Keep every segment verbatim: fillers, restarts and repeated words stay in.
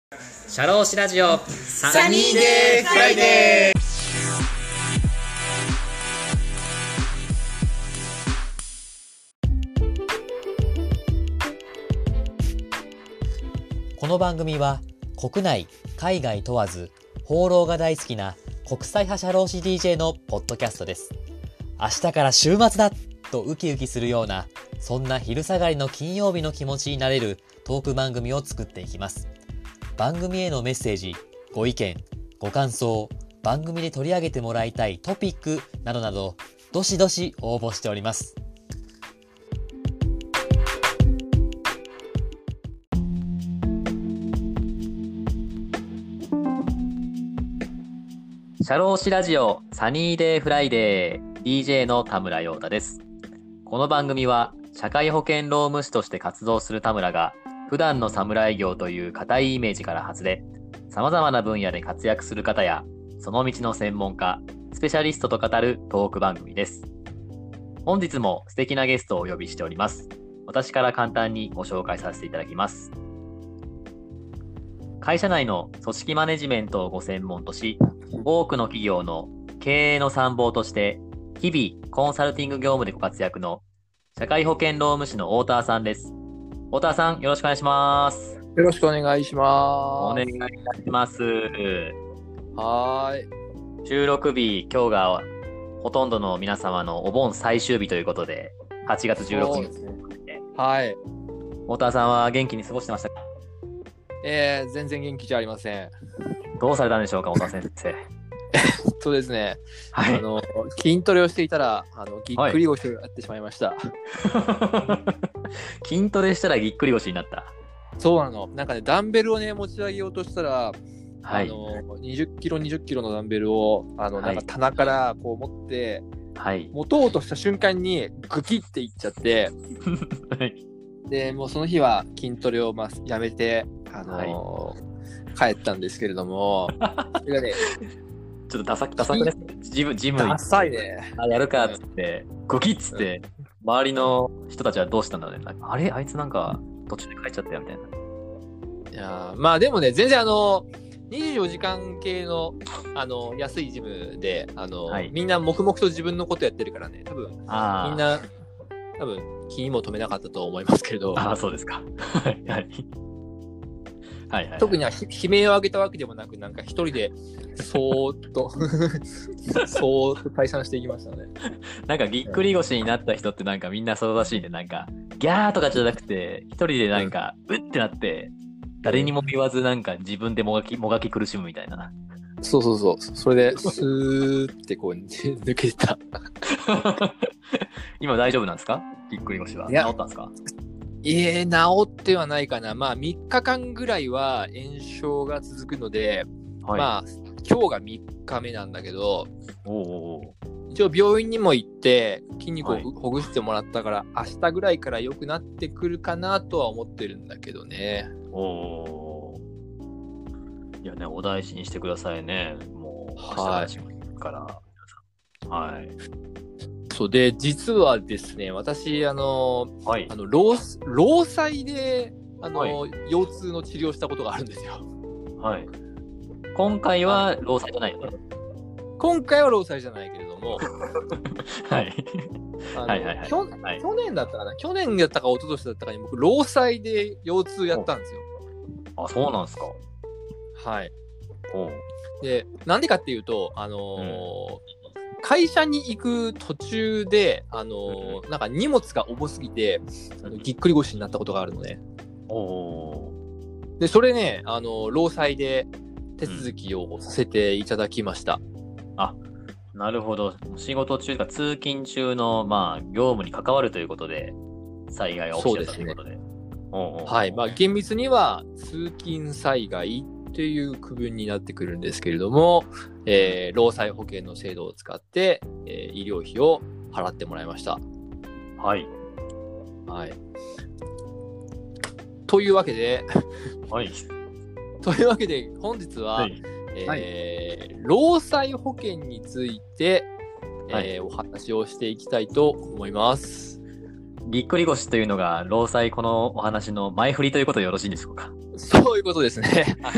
シャローシラジオサニーデーフライデー。 この番組は国内海外問わず放浪が大好きな国際派社労士 ディージェー のポッドキャストです。明日から週末だとウキウキするような、そんな昼下がりの金曜日の気持ちになれるトーク番組を作っていきます。番組へのメッセージ、ご意見、ご感想、番組で取り上げてもらいたいトピックなどなど、どしどし応募しております。シャローシラジオサニーデーフライデー ディージェー の田村陽太です。この番組は社会保険労務士として活動する田村が普段の侍業という固いイメージから外れ、様々な分野で活躍する方やその道の専門家、スペシャリストと語るトーク番組です。本日も素敵なゲストをお呼びしております。私から簡単にご紹介させていただきます。会社内の組織マネジメントをご専門とし、多くの企業の経営の参謀として日々コンサルティング業務でご活躍の社会保険労務士の太田さんです。太田さん、よろしくお願いします。 よろしくお願いします。 お願いいたします。 はーい。 収録日、今日がほとんどの皆様のお盆最終日ということで、はちがつじゅうろくにち、ね、 はい。 太田さんは元気に過ごしてましたか？ えー、全然元気じゃありません。 どうされたんでしょうか、太田先生。 そうですね、 はい、 あの筋トレをしていたらあのぎっくり腰をやってしまいました、 はい、筋トレしたらぎっくり腰になった。 そうなの。なんかね、ダンベルをね持ち上げようとしたら、 はい、 あのにじゅっキロにじゅっキロのダンベルをあのなんか棚からこう持って、はい、持とうとした瞬間にグキっていっちゃって、はい、でもうその日は筋トレをまあやめて、あのーはい、帰ったんですけれどもそれがねちょっとダサダサくですね。ジム、ジムダサいね。 あ、やるかっつって、うん、ゴキッつって、うん、周りの人たちはどうしたんだろうね。あれあいつなんか途中で帰っちゃったよみたいな。 いやまあでもね、全然あのにじゅうよじかん系のあの安いジムであの、はい、みんな黙々と自分のことやってるからね、多分みんな多分気にも留めなかったと思いますけれど。 ああ、そうですか。はいはい。はいはいはい、 特には悲鳴を上げたわけでもなく、なんか一人でそーっとそーっと退散していきましたね。 なんかぎっくり腰になった人ってなんかみんなそうらしいね。なんかギャーとかじゃなくて一人でなんかうってなって誰にも言わずなんか自分でもがきもがき苦しむみたいな。 そうそうそう。それでスーってこう抜けた。 今大丈夫なんですか？ぎっくり腰は治ったんですか？ えー、治ってはないかな。まあみっかかんぐらいは炎症が続くので、はい、まあ今日がみっかめなんだけど、おうおう一応病院にも行って筋肉をほぐしてもらったから、はい、明日ぐらいから良くなってくるかなとは思ってるんだけどね。 おー、いやね、お大事にしてくださいね。もう明日からしますから、はい、はい。 そうで、実はですね、私あの、はい、あの労労災であの、はい、腰痛の治療したことがあるんですよ。 はい。今回は労災じゃないよね。 今回は労災じゃないけれども、 はい。 あの、はいはいはい、去はい、去年だったかな、去年だったか一昨年だったかに僕労災で腰痛やったんですよ。 あ、そうなんですか。 はい。 おで、なんでかっていうと、あのーうん会社に行く途中で、あのーうん、なんか荷物が重すぎて、あのぎっくり腰になったことがあるのね。おで、それね、あのー、労災で手続きをさせていただきました。うん、 あ、なるほど。仕事中か通勤中の、まあ、業務に関わるということで、災害が起きちゃったということで。 そうですね。おうおうはい。まあ、厳密には通勤災害っていう区分になってくるんですけれども、えー、労災保険の制度を使って、えー、医療費を払ってもらいました。 はい。 はい。というわけで、 はい。 というわけで本日は、はいえーはい、労災保険について、えーはい、お話をしていきたいと思います。 ぎっくり腰というのが労災このお話の前振りということでよろしいんでしょうか？ そういうことですね。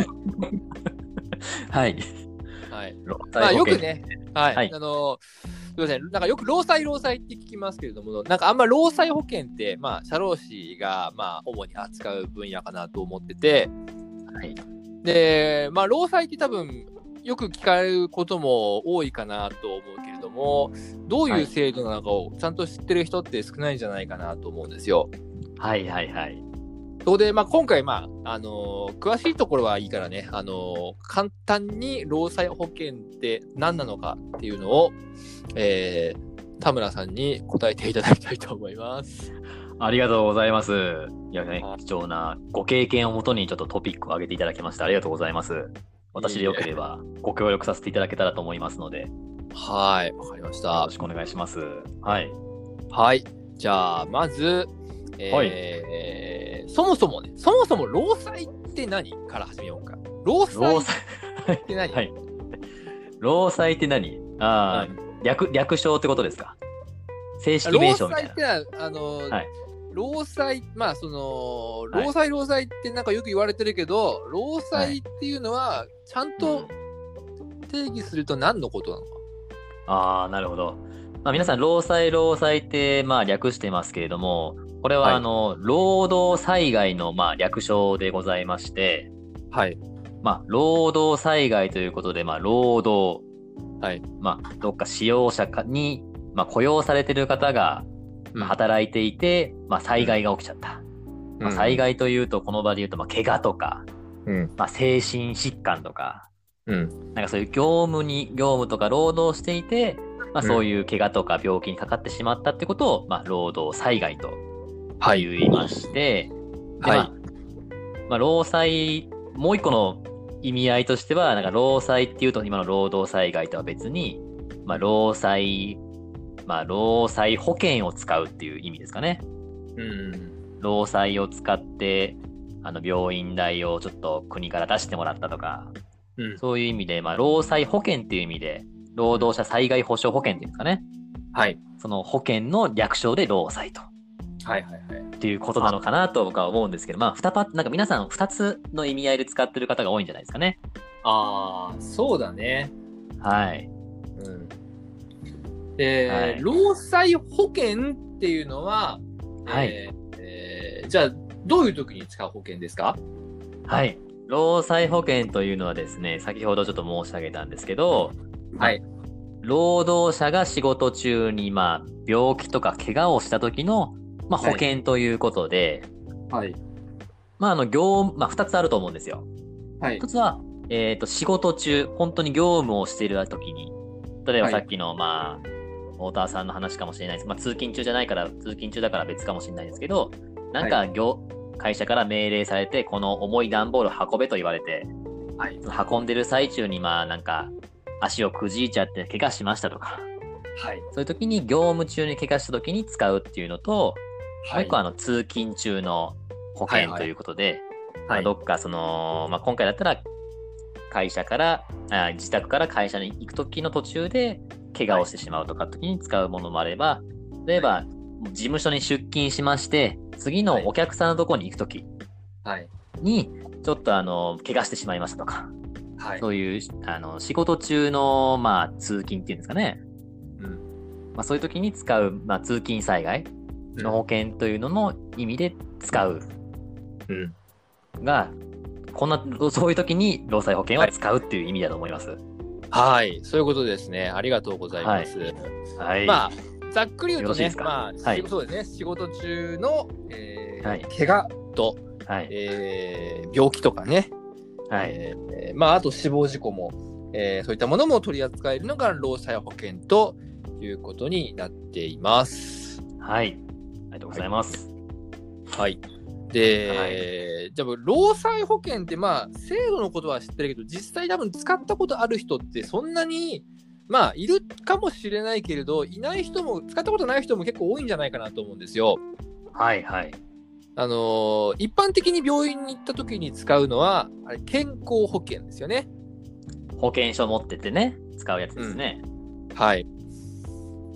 はい。 はい。まあよくね、はい。はい、あの、すみません。なんかよく労災労災って聞きますけれども、なんかあんま労災保険って、まあ社労士がまあ主に扱う分野かなと思ってて、はい。で、まあ労災って多分よく聞かれることも多いかなと思うけれども、どういう制度なのかをちゃんと知ってる人って少ないんじゃないかなと思うんですよ。 はいはいはい。 そこで、まあ、今回、まああのー、詳しいところはいいからね、あのー、簡単に労災保険って何なのかっていうのを、えー、田村さんに答えていただきたいと思います。 ありがとうございます。いやね、貴重なご経験をもとにちょっとトピックを上げていただきました。ありがとうございます。私でよければご協力させていただけたらと思いますので。 はい、わかりました。 よろしくお願いします。はい。 はい。じゃあ、まず、えーはい、そもそもね、そもそも労災って何から始めようか。労災って何？はい。 労災って何？ああ、略、略称ってことですか？正式名称みたいな。 労災ってあの、はい、労災、まあその、労災労災ってなんかよく言われてるけど、労災っていうのはちゃんと定義すると何のことなのか。 うん、ああ、なるほど。まあ皆さん、労災労災ってまあ略してますけれども、これはあの、はい、労働災害のまあ略称でございまして、はい。まあ、労働災害ということで、まあ、労働。はい。まあ、どっか使用者に、まあ、雇用されている方が、まあ、働いていて、うん、まあ、災害が起きちゃった。うん、まあ、災害というと、この場で言うと、まあ、怪我とか、うん、まあ、精神疾患とか、うん、なんかそういう業務に、業務とか労働していて、まあ、そういう怪我とか病気にかかってしまったってことを、まあ、労働災害と言いまして、はい。まあ、まあ、労災、もう一個の意味合いとしては、なんか労災っていうと今の労働災害とは別に、まあ、労災、まあ、労災保険を使うっていう意味ですかね。うん。労災を使って、あの、病院代をちょっと国から出してもらったとか、うん、そういう意味で、まあ、労災保険っていう意味で、労働者災害保障保険っていうんですかね。はい。その保険の略称で労災と。はいはいはい。っていうことなのかなと僕は思うんですけど、まあ、二パなんか皆さん二つの意味合いで使ってる方が多いんじゃないですかね。 ああ、そうだね。 はい。 うん。で、はい、労災保険っていうのは、はい。えーえー、じゃあ、どういう時に使う保険ですか？ はい。労災保険というのはですね、先ほどちょっと申し上げたんですけど、はい。労働者が仕事中に、まあ、病気とか怪我をした時の、まあ、保険ということで、はい。まあ、あの、業務、まあ、二つあると思うんですよ。はい。一つは、えっと、仕事中、本当に業務をしている時に、例えばさっきの、はい、まあ、太田さんの話かもしれないです。まあ、通勤中じゃないから、通勤中だから別かもしれないですけど、なんか業、はい、会社から命令されて、この重い段ボールを運べと言われて、はい。運んでる最中に、まあ、なんか、足をくじいちゃって怪我しましたとか、はい。そういう時に、業務中に怪我した時に使うっていうのと、はい、もう一個あの通勤中の保険ということで、はいはいまあ、どっかその、まあ、今回だったら会社からあ自宅から会社に行く時の途中で怪我をしてしまうとか時に使うものもあれば、例えば、はい、事務所に出勤しまして次のお客さんのところに行く時にちょっとあの怪我してしまいましたとか、はい、そういうあの仕事中の、まあ、通勤っていうんですかね、うんまあ、そういう時に使う、まあ、通勤災害の保険というのの意味で使う、うん、がこんなそういう時に労災保険を使うっていう意味だと思います。はい、 はい、そういうことですね。ありがとうございます。はい。はい、まあざっくり言うとね、まあ、はい、そうですね。仕事中の、えーはい、怪我と、はいえー、病気とかね、はいえー、まああと死亡事故も、えー、そういったものも取り扱えるのが労災保険ということになっています。 はい。ありがとうございます。 はい。はい、で、はい、じゃあ、労災保険って、まあ、制度のことは知ってるけど、実際多分使ったことある人ってそんなに、まあ、いるかもしれないけれど、いない人も、使ったことない人も結構多いんじゃないかなと思うんですよ。 はいはい。 あのー、一般的に病院に行った時に使うのは、あれ健康保険ですよね。 保険証持っててね、使うやつですね。 うん、はい。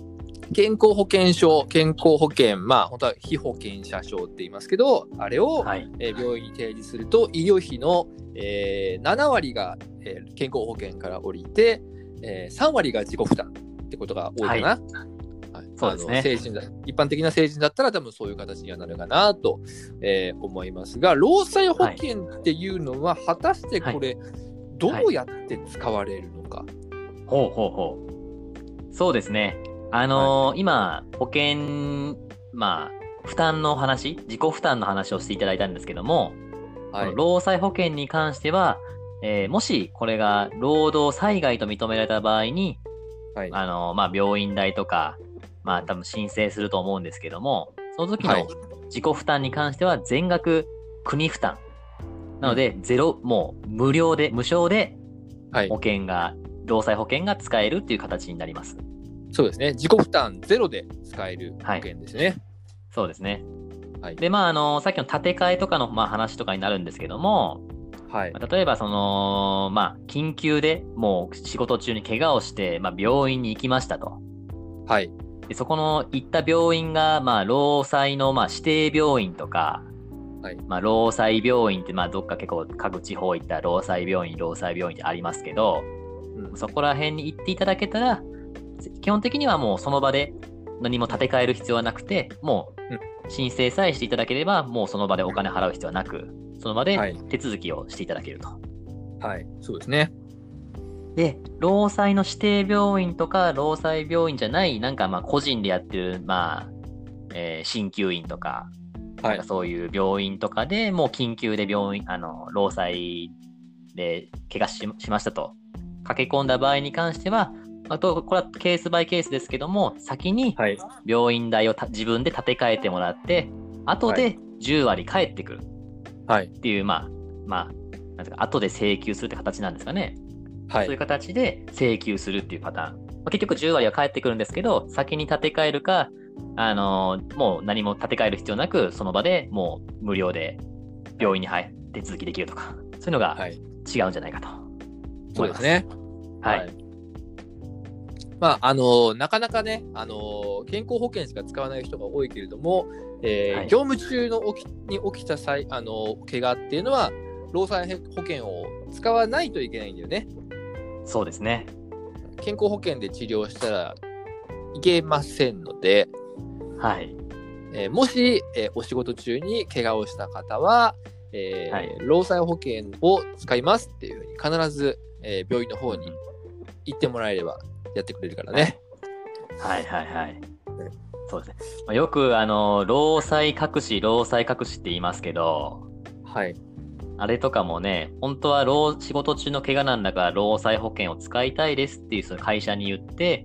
健康保険証、健康保険、まあ本当は被保険者証って言いますけど、あれを、はいえー、病院に提示すると医療費の、えー、ななわりが、えー、健康保険から降りて、えー、さんわりが自己負担ってことが多いかな。はいはい、そうですね。成人だ一般的な成人だったら多分そういう形にはなるかなと、えー、思いますが、労災保険っていうのは果たしてこれ、はい、どうやって使われるのか。はい、 ほうほうほう。そうですね。あのーはい、今保険まあ負担の話、自己負担の話をしていただいたんですけども、はい、労災保険に関しては、えー、もしこれが労働災害と認められた場合に、はいあのーまあ、病院代とかまあ多分申請すると思うんですけども、その時の自己負担に関しては全額国負担。なので、うん、ゼロ、もう無料で、無償で保険が、はい、労災保険が使えるっていう形になります。 そうですね。自己負担ゼロで使える保険ですね。はい、 そうですね。はい、で、まあ、あの、さっきの建て替えとかの、まあ、話とかになるんですけども、はいまあ、例えば、その、まあ、緊急でもう仕事中に怪我をして、まあ、病院に行きましたと。はい。でそこの行った病院が、まあ、労災の、まあ、指定病院とか、はいまあ、労災病院って、まあ、どっか結構各地方行った労災病院、労災病院ってありますけど、うん、そこら辺に行っていただけたら、基本的にはもうその場で何も建て替える必要はなくて、もう申請さえしていただければ、もうその場でお金払う必要はなく、その場で手続きをしていただけると。 はい、はい、そうですね。 で、労災の指定病院とか、労災病院じゃない、なんかまあ個人でやってる、まあ、えー、鍼灸院とか、はい、なんかそういう病院とかでもう緊急で病院、あの、労災で怪我 し, しましたと、駆け込んだ場合に関しては、あと、これはケースバイケースですけども、先に病院代をた自分で立て替えてもらって、後でじゅうわり返ってくるっていう、はい、まあ、まあ、なんですか、後で請求するって形なんですかね。はい、そういう形で請求するっていうパターン。まあ、結局じゅうわりは返ってくるんですけど、先に立て替えるか、あのー、もう何も立て替える必要なく、その場でもう無料で病院に入って手続きできるとか、そういうのが違うんじゃないかと思います。 そうですね。はい。はい、まあ、あのー、なかなかね、あのー、健康保険しか使わない人が多いけれども、えーはい、業務中の起きに起きた際、あのー、怪我っていうのは、労災保険を使わないといけないんだよね。 そうですね。 健康保険で治療したらいけませんので、はいえー、もし、えー、お仕事中に怪我をした方は、えーはい、労災保険を使いますっていうふうに必ず、えー、病院の方に行ってもらえればやってくれるからね。 はいはいはい。うん、そうですね。まあ、よくあの労災隠し、労災隠しって言いますけど、はい。あれとかもね、本当は労仕事中の怪我なんだから労災保険を使いたいですっていうその会社に言って、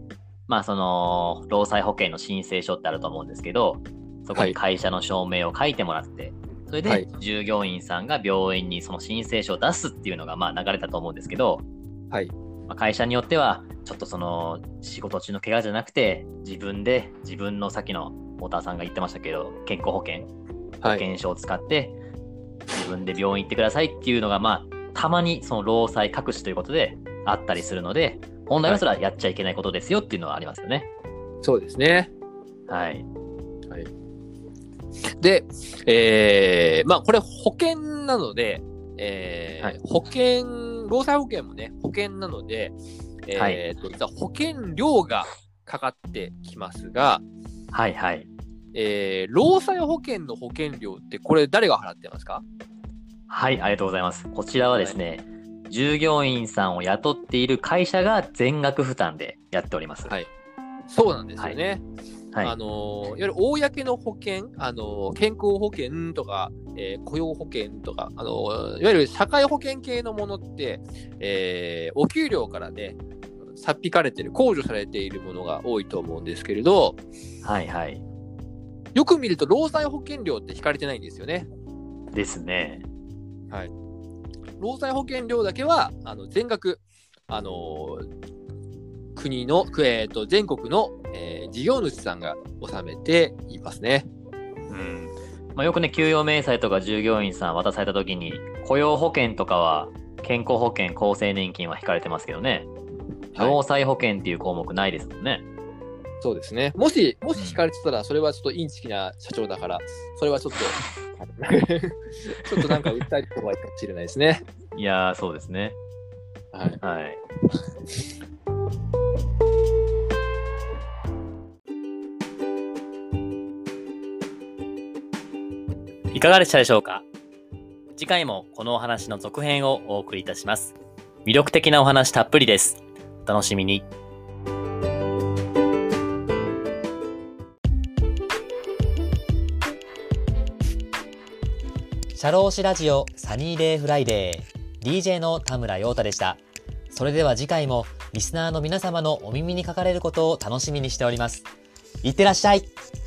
まあその労災保険の申請書ってあると思うんですけど、そこに会社の証明を書いてもらって、はい、それで従業員さんが病院にその申請書を出すっていうのがまあ流れたと思うんですけど、はいまあ、会社によってはちょっとその仕事中の怪我じゃなくて自分で自分のさっきの太田さんが言ってましたけど健康保険保険証を使って、はい自分で病院行ってくださいっていうのが、まあ、たまにその労災隠しということであったりするので、本来はそれはやっちゃいけないことですよっていうのはありますよね。 そうですね。 はい。 はい、で、えー、まあ、これ保険なので、えーはい、保険、労災保険もね、保険なので、えーと、はい、実は保険料がかかってきますが、はいはい。えー、労災保険の保険料ってこれ誰が払ってますか？ はい、ありがとうございます。こちらはですね、はい、従業員さんを雇っている会社が全額負担でやっております。 はい、そうなんですよね。はい、あのいわゆる公の保険、あの健康保険とか、えー、雇用保険とか、あのいわゆる社会保険系のものって、えー、お給料からねさっ引かれてる、控除されているものが多いと思うんですけれど、はいはい。よく見ると労災保険料って引かれてないんですよね。 ですね。 はい。労災保険料だけはあの全額あのー、国の、えー、と全国の、えー、事業主さんが納めていますね。 うんまあ、よくね給与明細とか従業員さん渡されたときに雇用保険とかは健康保険、厚生年金は引かれてますけどね。労災保険っていう項目ないですもんね。 そうですね。もし、もし聞かれてたら、それはちょっとインチキな社長だから、それはちょっと、ちょっとなんか訴えた方がいいかもしれないですね。 いやー、そうですね。 はい。 はい。 いかがでしたでしょうか。次回もこのお話の続編をお送りいたします。魅力的なお話たっぷりです。お楽しみに。 社労士ラジオサニーデイフライデー ディージェー の田村陽太でした。それでは次回もリスナーの皆様のお耳にかかれることを楽しみにしております。いってらっしゃい。